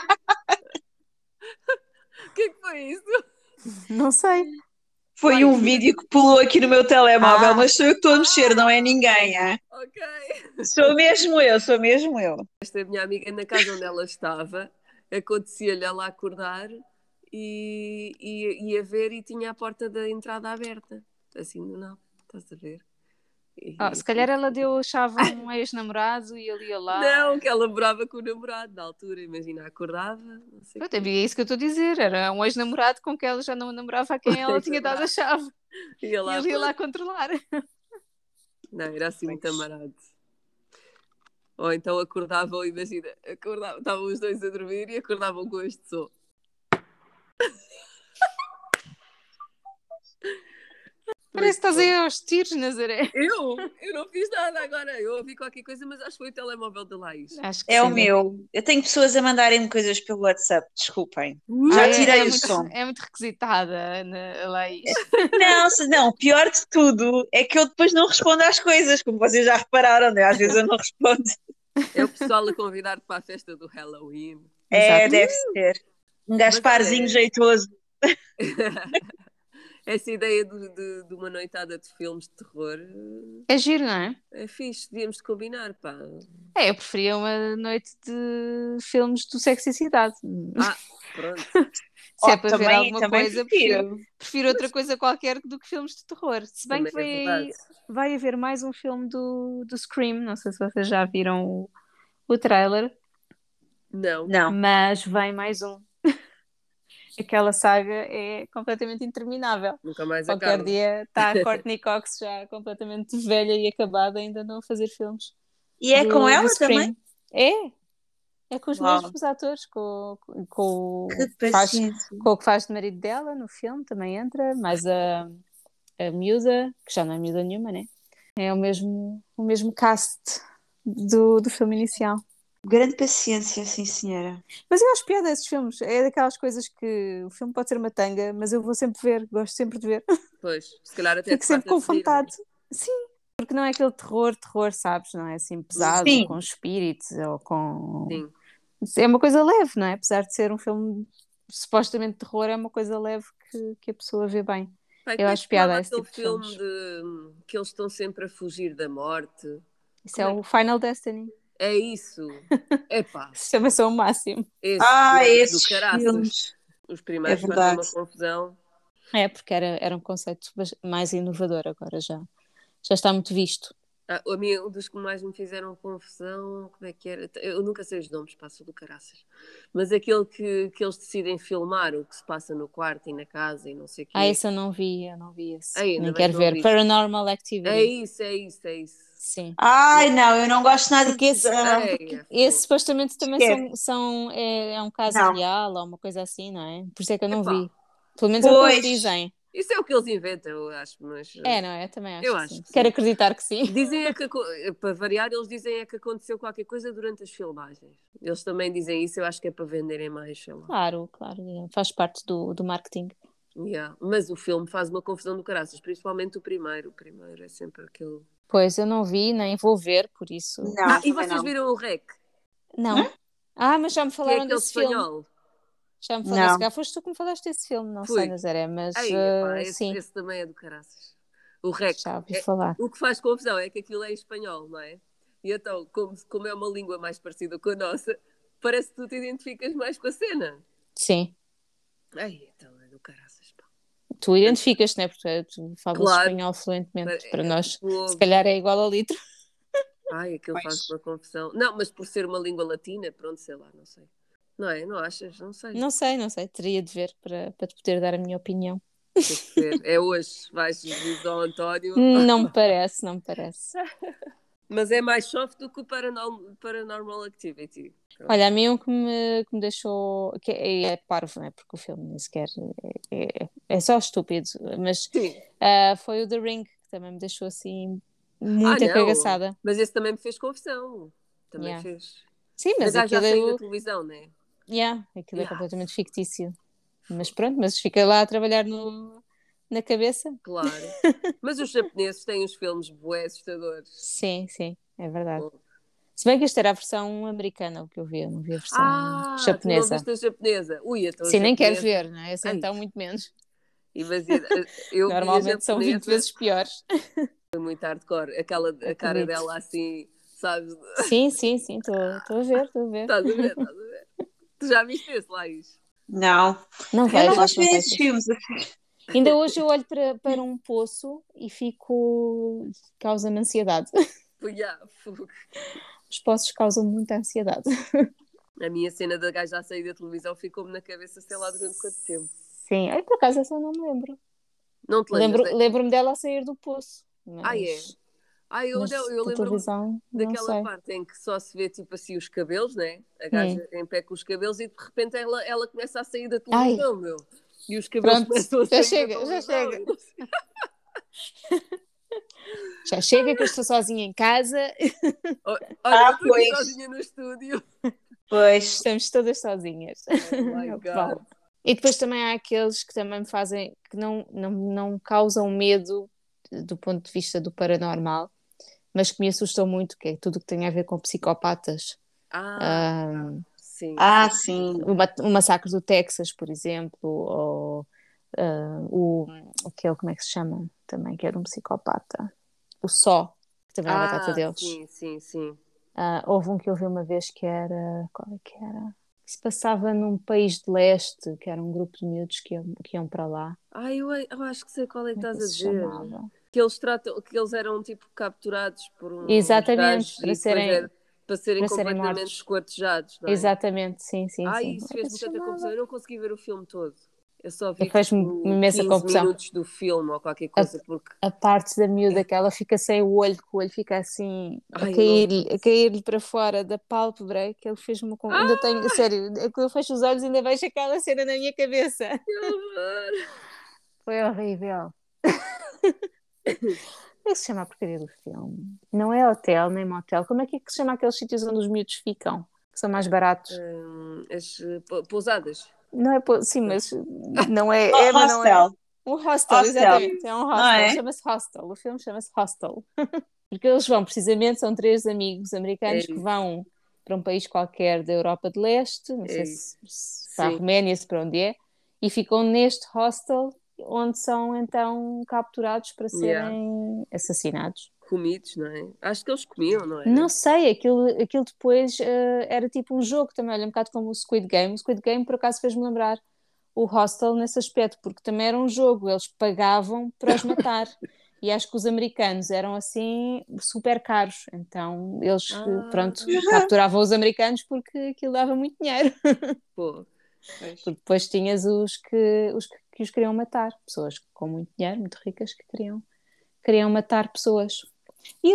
O que é que foi isso? Não sei. Foi Like, um vídeo que pulou aqui no meu telemóvel, Ah, mas sou eu que estou a mexer, não é ah, ninguém, é? ok. Sou mesmo eu, sou mesmo eu. Esta minha amiga, na casa onde ela estava, acontecia-lhe ela acordar e ia ver e tinha a porta da entrada aberta. Assim, não, estás a ver? se E- calhar ela deu a chave a um ex-namorado e ele ia lá. Não, que ela morava com o namorado na altura, imagina, acordava, não sei o Pronto, é quê. isso que eu estou a dizer. Era um ex-namorado com quem ela já não namorava, a quem ela Pois, tinha dado a exato. chave. Ia E lá, ele ia lá pronto. controlar. Não, era assim muito Pois. amarado. Ou então acordavam, imagina, estavam os dois a dormir e acordavam com este som. Parece Muito que estás aí bom. aos tiros, Nazaré. Eu não fiz nada agora. Eu ouvi qualquer coisa, mas acho que foi o telemóvel da Laís. Acho que É o sim. meu. Eu tenho pessoas a mandarem-me coisas pelo WhatsApp, desculpem. Já Ai, tirei o som. é muito requisitada, a Laís. Não, não, o pior de tudo é que eu depois não respondo às coisas, como vocês já repararam, né? Às vezes eu não respondo. É o pessoal a convidar-te para a festa do Halloween. É, Exato. deve ser. Um Mas olha, Gasparzinho jeitoso. essa ideia de uma noitada de filmes de terror É giro, não é? é fixe, devíamos de combinar, pá. É, eu preferia uma noite de filmes do Sexy Cidade. Ah, pronto. Se Oh, é para ver alguma também coisa, prefiro, prefiro. prefiro outra coisa qualquer do que filmes de terror. Se bem Também que é verdade. vai haver mais um filme do Scream, não sei se vocês já viram o trailer, Não. Não. mas vem mais um. Aquela saga é completamente interminável. Nunca mais Qualquer acaba. dia está a Courtney Cox já completamente velha e acabada, ainda não a fazer filmes E é com do ela também? Scream. É, é com os Uau, mesmos atores, que paciência. com o que faz de marido dela no filme, também entra, mais a miúda, que já não é miúda nenhuma, né? É o mesmo cast do filme inicial. Grande paciência, sim, senhora. Mas eu acho piada esses filmes, é daquelas coisas que o filme pode ser uma tanga, mas eu vou sempre ver, gosto sempre de ver, Pois, se calhar até fico te sempre fartas com de rir, né? vontade. Sim, porque não é aquele terror, sabes? Não é assim pesado, com Sim, espíritos ou com. Sim. É uma coisa leve, não é? Apesar de ser um filme supostamente de terror, é uma coisa leve que a pessoa vê bem. Pai, Eu como é que acho se piada chamava a esse aquele tipo de filme filmes. de que eles estão sempre a fugir da morte? Isso é Como é o que Final Destiny. é isso? Epá, Isso também são o máximo. esse filme é do esses caraças. filmes, Os é primeiros fazem verdade. uma confusão. É, porque era um conceito mais inovador, agora já está muito visto. A mim, um dos que mais me fizeram confusão, como é que era? Eu nunca sei os nomes, passo do caraças. Mas aquele que eles decidem filmar, o que se passa no quarto e na casa e não sei o quê. Esse eu não vi esse. Ainda Nem bem que quero não ver. viste. Paranormal É Activity. isso, é isso, é isso. Sim. Ai, não, eu não gosto nada Porque esse, Ei, é esse fogo. supostamente também Esquece. é um caso Não. real ou uma coisa assim, não é? Por isso é que eu não Epá, vi. Pelo menos é o que eles Pois, dizem. isso é o que eles inventam, eu acho, mas É, não é? Eu também acho eu que acho sim. que Quero sim. acreditar que sim. Dizem é que, para variar, eles dizem é que aconteceu qualquer coisa durante as filmagens. Eles também dizem isso, eu acho que é para venderem mais, sei lá. Claro, claro. Faz parte do marketing. Yeah. Mas o filme faz uma confusão do caraças, principalmente o primeiro. O primeiro é sempre aquele. Pois, eu não vi, nem vou ver, por isso. não, E também vocês não. viram o REC, Não. Mas já me que é falaram aquele desse filme. espanhol? Já me falaram, se Não. calhar foste tu que me falaste desse filme, não sei, Fui. Nazaré, mas Ei, epá, sim, esse também é do caraças. O REC. já ouvi falar. O que faz confusão é que aquilo é em espanhol, não é? E então, como é uma língua mais parecida com a nossa, parece que tu te identificas mais com a cena. Sim. Ai, então é do caraças, pá. Tu identificas-te, né? Porque tu falas Claro, espanhol fluentemente. Para nós, se fogo. calhar é igual a litro. Ai, aquilo faz Pois. uma confusão. Não, mas por ser uma língua latina, pronto, sei lá, não sei. Não é? Não achas? Não sei. Não sei, não sei. Teria de ver para te poder dar a minha opinião. Tens que ver. É hoje. Vais dizer ao António. Não me parece, não me parece. Mas é mais soft do que o Paranormal Activity. Olha, a mim um que me deixou. Que é parvo, né? Porque o filme nem sequer é só estúpido. Mas Sim. foi o The Ring, que também me deixou assim Ah, muito não. acagaçada. Mas esse também me fez confusão. Também Yeah. fez. Sim, Da mas gaja já aquilo, saiu da televisão, né? aquilo é Yeah. completamente fictício. Mas pronto, mas fica lá a trabalhar na cabeça. Claro. Mas os japoneses têm os filmes bué assustadores. Sim, sim, é verdade. Bom. Se bem que esta era a versão americana, o que eu não vi a versão Tu não japonesa. viste a japonesa? Ui, então a Sim, nem quero japonesa. ver, não é? Assim, Ai, então, muito menos. imagina, eu vi a Normalmente são 20 japonesa, vezes piores. foi muito hardcore. A cara Acredito. dela assim, sabes? Sim, sim, sim, estou a ver, estou a ver. Estás a ver, estás a ver. Tu já viste esse, Laís? Não. Não Eu não vejas, gosto de não ver esses vejas. filmes. Ainda hoje eu olho para um poço e fico. Causa-me ansiedade. Já, fogo. Os poços causam muita ansiedade. A minha cena da gaja a sair da televisão ficou-me na cabeça, sei lá, durante quanto tempo. Sim, por acaso essa eu não me lembro. Não te lembras? Lembro-me dela a sair do poço, É. mas, Eu da lembro-me televisão não daquela sei. parte em que só se vê tipo assim os cabelos, né? A Hum. gaja em pé com os cabelos e de repente ela começa a sair da Ai, televisão, meu. E os cabelos pronto, começam a já sair da chega, já televisão. chega. Já chega que eu estou sozinha em casa, Olha, eu estou aqui Pois. sozinha no estúdio. Pois. estamos todas sozinhas. Oh my É o que God. vale. E depois também há aqueles que também me fazem, que não causam medo do ponto de vista do paranormal, mas que me assustam muito, que é tudo o que tem a ver com psicopatas. Sim, Ah, sim. sim. O Massacre do Texas, por exemplo, ou aquele, como é que se chama? Também, que era um psicopata. O Só, que também era batata deles. Sim, sim, sim. Houve um que eu vi uma vez que era. Qual é que era? Que se passava num país de leste, que era um grupo de miúdos que iam para lá. Eu acho que sei qual é que Como é que estás ele a se dizer. chamava? Que eles eram tipo capturados por uns Exatamente, gajos e depois era para serem para serem completamente mortos. esquartejados, não é? Exatamente, sim, sim, sim. Isso Como é que ele fez-me se tanta confusão. chamava? Eu não consegui ver o filme todo. Eu só E vi fez-me tipo imensa 15 confusão. minutos do filme ou qualquer A, coisa, porque a parte da miúda que ela fica sem o olho, que o olho fica assim eu não vi a isso. cair-lhe para fora da pálpebra, que ele fez-me ainda tenho, sério, quando eu fecho os olhos ainda vejo aquela cena na minha cabeça. Que horror! Foi horrível. Como é que se chama a porcaria do filme? Não é hotel, nem motel. Como é que se chama aqueles sítios onde os miúdos ficam? Que são mais baratos? As pousadas. Não é, sim, mas não é, Oh, mas não é. Hostel. Um hostel, Hostel. exatamente, é um Não hostel, é? chama-se Hostel, o filme chama-se Hostel. Porque eles vão, precisamente, são três amigos É americanos que isso, vão para um país qualquer da Europa de Leste, não é sei isso. se para a Sim. Roménia, se para onde é, e ficam neste hostel, onde são então capturados para Yeah. serem assassinados. Comidos, não é? Acho que eles comiam, não era? Não sei, aquilo depois era tipo um jogo também, olha, um bocado como o Squid Game. O Squid Game, por acaso, fez-me lembrar o Hostel nesse aspecto, porque também era um jogo, eles pagavam para os matar. E acho que os americanos eram assim super caros, então eles, pronto, Ah, capturavam os americanos porque aquilo dava muito dinheiro. pô. Pois. Porque depois tinhas que os queriam matar, pessoas com muito dinheiro, muito ricas, que queriam matar pessoas. E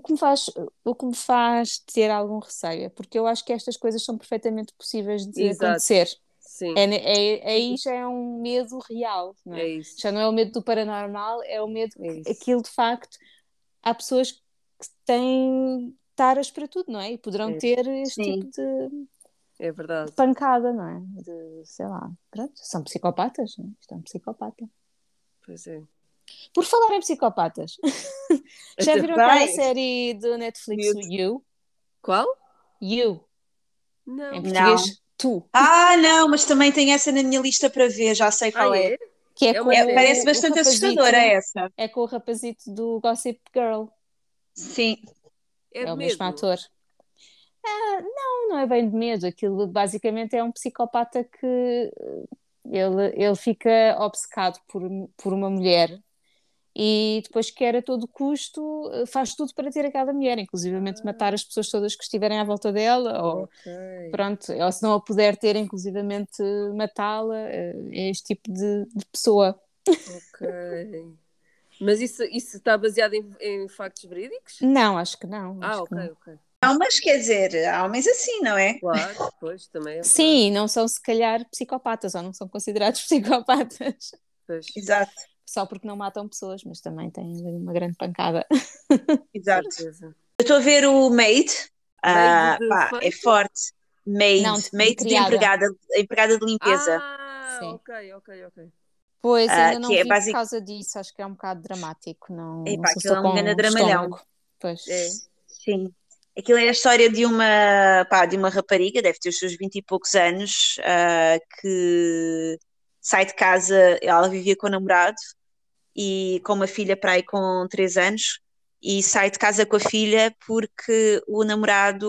o que me faz ter algum receio é porque eu acho que estas coisas são perfeitamente possíveis de Exato. acontecer. Sim, Aí já é um medo real, não é é? isso. Já não é o medo do paranormal, é o medo É que isso. aquilo de facto há pessoas que têm taras para tudo, não é? E poderão É, ter este Sim. tipo de é verdade. pancada, não é? Sei lá, pronto, são psicopatas, não é? Isto é um psicopata. Pois é. Por falar em psicopatas, já Até viram aquela Vai, série do Netflix, o miúdo. You? qual? You, em Não. Não. português, Tu, Ah, não, mas também tem essa na minha lista para ver, já sei Ah, qual é. é? que é É com uma Parece série? o bastante assustadora rapazito, essa. é com o rapazito do Gossip Girl, Sim. É é de o mesmo medo? ator. Não é bem de medo, aquilo basicamente é um psicopata que ele fica obcecado por uma mulher e depois quer a todo custo, faz tudo para ter aquela mulher, inclusivamente matar Ah, as pessoas todas que estiverem à volta dela, ou ok. pronto, ou se não a puder ter, inclusivamente matá-la, é este tipo de pessoa. Ok. Mas isso está baseado em factos verídicos? Não, acho que não, Ah, acho que ok, não. ok. Não, mas quer dizer, há homens assim, não é? Claro, pois, também é verdade. Sim, não são se calhar psicopatas, ou não são considerados psicopatas, Pois, Exato, só porque não matam pessoas, mas também têm ali uma grande pancada. exato. certeza. Eu estou a ver o Maid, Made de pá, é feito? forte. Maid, Não, de maid de criada, empregada de limpeza, Ah, sim. ok, ok, ok. Pois, ainda não que é vi por básico. causa disso, acho que é um bocado dramático, não Epá, sei se aquilo estou é um grande com dramalhão. estômago. Pois, É. Sim. Aquilo é a história de uma rapariga, deve ter os seus 20 e poucos anos, que sai de casa, ela vivia com o namorado e com uma filha para aí com 3 anos, e sai de casa com a filha porque o namorado,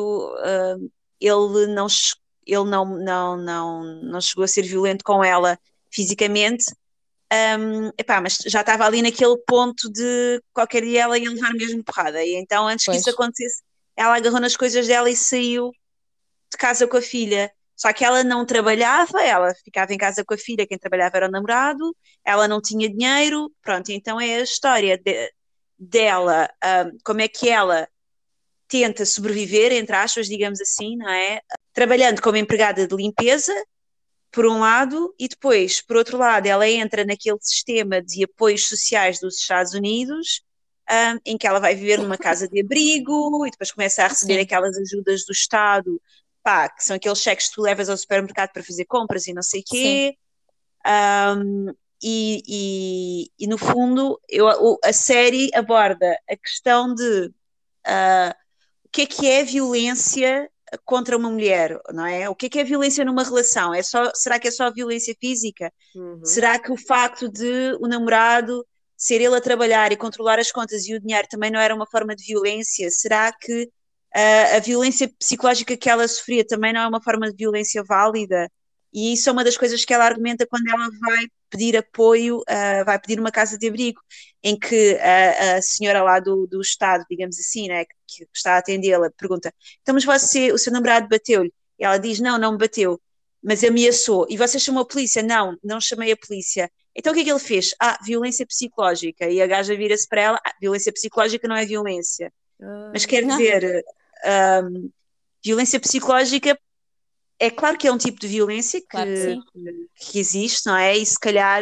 ele não, ele não chegou a ser violento com ela fisicamente. Epá, mas já estava ali naquele ponto de qualquer dia ela ia levar mesmo porrada. E então, antes que isso pois, acontecesse, ela agarrou nas coisas dela e saiu de casa com a filha. Só que ela não trabalhava, ela ficava em casa com a filha, quem trabalhava era o namorado, ela não tinha dinheiro, pronto, então é a história dela, como é que ela tenta sobreviver, entre aspas, digamos assim, não é? Trabalhando como empregada de limpeza, por um lado, e depois, por outro lado, ela entra naquele sistema de apoios sociais dos Estados Unidos, em que ela vai viver numa casa de abrigo e depois começa a receber sim, aquelas ajudas do Estado, pá, que são aqueles cheques que tu levas ao supermercado para fazer compras e não sei sim, quê. No fundo, a série aborda a questão de o que é violência contra uma mulher, não é? O que é violência numa relação? Será que é só violência física? Uhum. Será que o facto de o namorado ser ele a trabalhar e controlar as contas e o dinheiro também não era uma forma de violência? Será que a violência psicológica que ela sofria também não é uma forma de violência válida? E isso é uma das coisas que ela argumenta quando ela vai pedir apoio, vai pedir uma casa de abrigo, em que a senhora lá do Estado, digamos assim, né, que está a atendê-la, pergunta: então, mas o seu namorado bateu-lhe? E ela diz: não, não me bateu, mas ameaçou. E você chamou a polícia? Não, não chamei a polícia. Então o que é que ele fez? Violência psicológica. E a gaja vira-se para ela: violência psicológica não é violência. Mas Ah, quer não, dizer, violência psicológica é claro que é um tipo de violência claro que sim, que existe, não é? E se calhar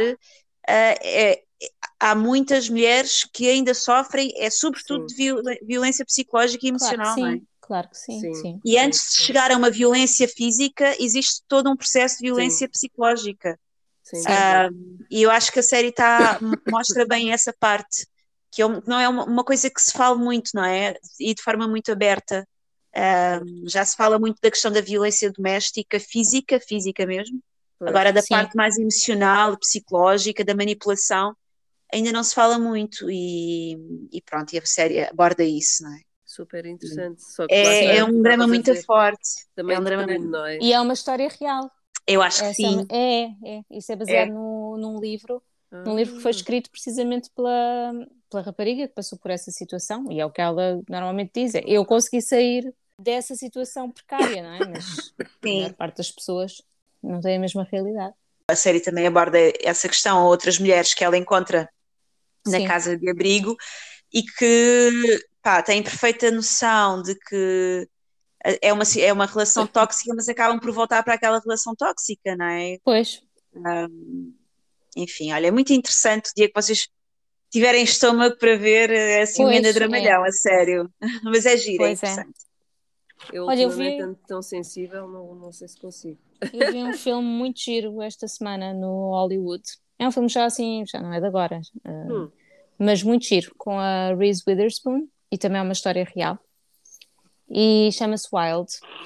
há muitas mulheres que ainda sofrem, sobretudo sim, de violência psicológica e emocional, não é? claro que sim, sim, sim. E sim, antes de sim, chegar a uma violência física, existe todo um processo de sim, violência psicológica. sem Sim, dúvida. E eu acho que a série mostra bem essa parte, que não é uma coisa que se fala muito, não é? E de forma muito aberta. Já se fala muito da questão da violência doméstica, física mesmo. Pois, Agora, da sim. parte mais emocional, psicológica, da manipulação, ainda não se fala muito. E pronto, e a série aborda isso, não é? super interessante. Só que lá está, É é o Sim, que tu um drama estavas a muito dizer. forte. É Também um de drama. crime, não é? e é uma história real. Eu acho que Essa sim. é, isso é baseado É. num livro que foi Ah, escrito precisamente pela rapariga que passou por essa situação, e é o que ela normalmente diz, eu consegui sair dessa situação precária, não é? Mas a maior parte das pessoas não tem a mesma realidade. A série também aborda essa questão a outras mulheres que ela encontra na Sim. casa de abrigo e que têm perfeita noção de que é uma relação tóxica, mas acabam por voltar para aquela relação tóxica, não é? Pois. Enfim, olha, é muito interessante o dia que vocês tiverem estômago para ver, é assim um Pois, grande dramalhão, a sério. Mas é giro, é Pois é. interessante. Eu Olha, ultimamente ando tão sensível, não sei se consigo. eu vi um filme muito giro esta semana no Hollywood. É um filme já assim, já não é de agora, mas muito giro, com a Reese Witherspoon, e também é uma história real. E chama-se Wild.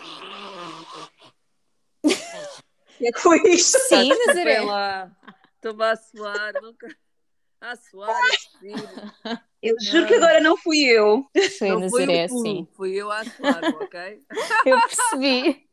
É que foi isto? Sim, Vem Nazaré. lá, estou-me a suar, nunca. A suar, a tossir. Eu juro que agora não fui eu. Foi Não foi Nazaré, o tu, sim. fui eu a suar, ok? Eu percebi.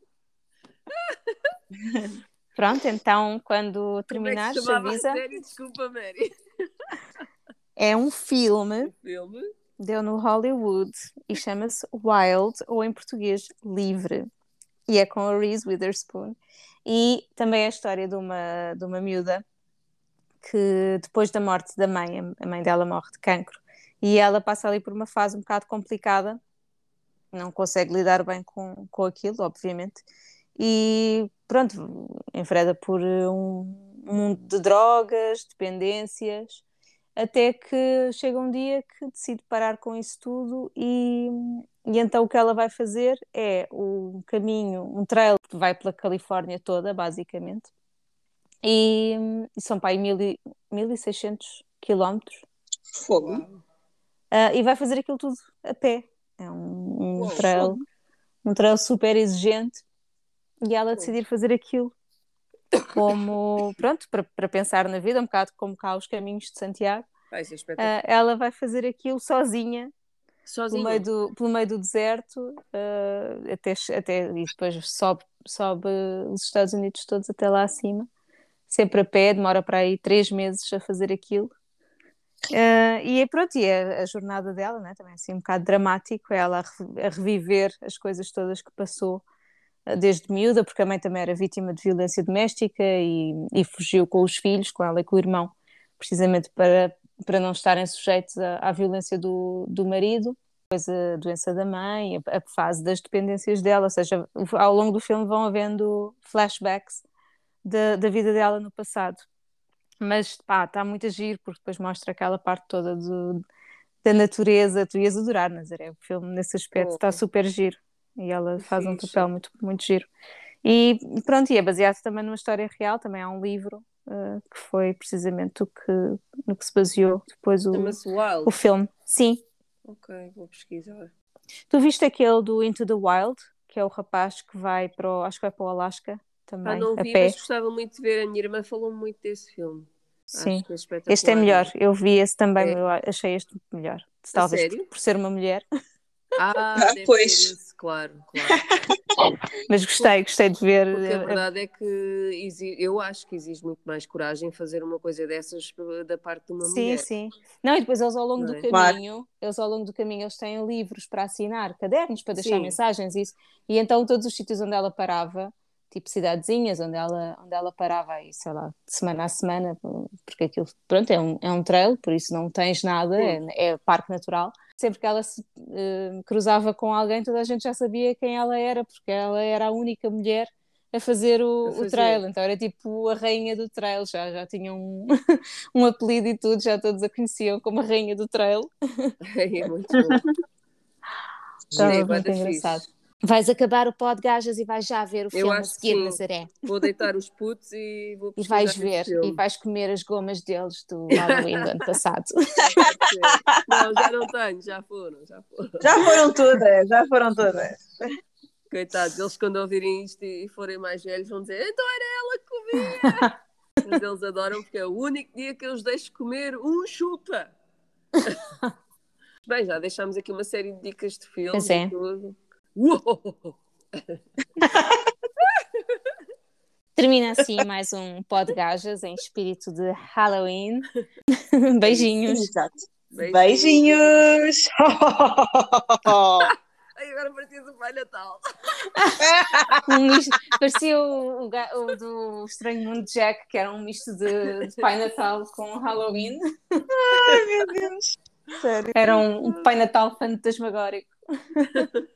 Pronto, então quando Como é que terminares, se chamava avisa. a série? Desculpa, Mary. É um filme, O filme? deu no Hollywood e chama-se Wild, ou em português, Livre. E é com a Reese Witherspoon. E também é a história de uma miúda que depois da morte da mãe, a mãe dela morre de cancro, e ela passa ali por uma fase um bocado complicada, não consegue lidar bem com aquilo, obviamente, e pronto, envereda por um mundo de drogas, dependências, até que chega um dia que decide parar com isso tudo e então o que ela vai fazer é um caminho, um trail que vai pela Califórnia toda, basicamente, e são para aí 1600 quilómetros, Fogo. e vai fazer aquilo tudo a pé. É Uou. um trail super exigente, e ela decidir fazer aquilo como, pronto, para pensar na vida, um bocado como cá os caminhos de Santiago. Isso é espetacular. Ela vai fazer aquilo sozinha, Sozinha? pelo meio do deserto, e depois sobe os Estados Unidos todos até lá acima, sempre a pé, demora para aí 3 meses a fazer aquilo. E pronto, e a jornada dela, né, também assim um bocado dramático, é ela a reviver as coisas todas que passou desde miúda, porque a mãe também era vítima de violência doméstica e fugiu com os filhos, com ela e com o irmão, precisamente para não estarem sujeitos à violência do marido. Depois a doença da mãe, a fase das dependências dela, ou seja, ao longo do filme vão havendo flashbacks da vida dela no passado. Mas pá, está muito a giro, porque depois mostra aquela parte toda da natureza. Tu ias adorar, Nazaré, o filme nesse aspecto está super giro, e ela faz um papel muito, muito giro. E pronto, e é baseado também numa história real, também há um livro que foi precisamente no que se baseou depois Chama-se Wild. o filme. Sim. Ok, vou pesquisar. Tu viste aquele do Into the Wild, que é o rapaz que vai acho que vai para o Alasca também, não a vi, pé. mas gostava muito de ver. A minha irmã falou muito desse filme. Sim, Acho que é espetacular. este é melhor. Eu vi esse também, É. eu achei este melhor. A Talvez sério? por ser uma mulher. Deve pois. ser isso, claro. Mas gostei de ver. Porque a verdade é que eu acho que exige muito mais coragem fazer uma coisa dessas da parte de uma mulher. Sim. Não, e depois eles ao longo Não do é? caminho, eles têm livros para assinar, cadernos para deixar Sim. mensagens, isso. E então todos os sítios onde ela parava, tipo cidadezinhas, onde ela parava aí, sei lá, de semana a semana, porque aquilo, pronto, é um trail, por isso não tens nada, é parque natural. Sempre que ela se cruzava com alguém, toda a gente já sabia quem ela era, porque ela era a única mulher a fazer o trail, então era tipo a rainha do trail, já tinha um apelido e tudo, já todos a conheciam como a rainha do trail. É muito bom. Estava muito engraçado. Vais acabar o pó de gajas e vais já ver o filme a seguir, Nazaré. Vou deitar os putos e vou E pesquisar vais ver, filme. e vais comer as gomas deles do Halloween do ano passado. Não, já não tenho, já foram. Já foram todas. Coitados, eles quando ouvirem isto e forem mais velhos vão dizer, então era ela que comia. Mas eles adoram porque é o único dia que eu os deixo comer um chupa. Bem, já deixámos aqui uma série de dicas de filmes e tudo. Uou! Termina assim mais um pó de gajas em espírito de Halloween. Beijinhos. Exato. Beijinhos! Ai, agora parecias o Pai Natal. Parecia o do Estranho Mundo de Jack, que era um misto de Pai Natal com Halloween. Ai, meu Deus! Sério. Era um Pai Natal fantasmagórico.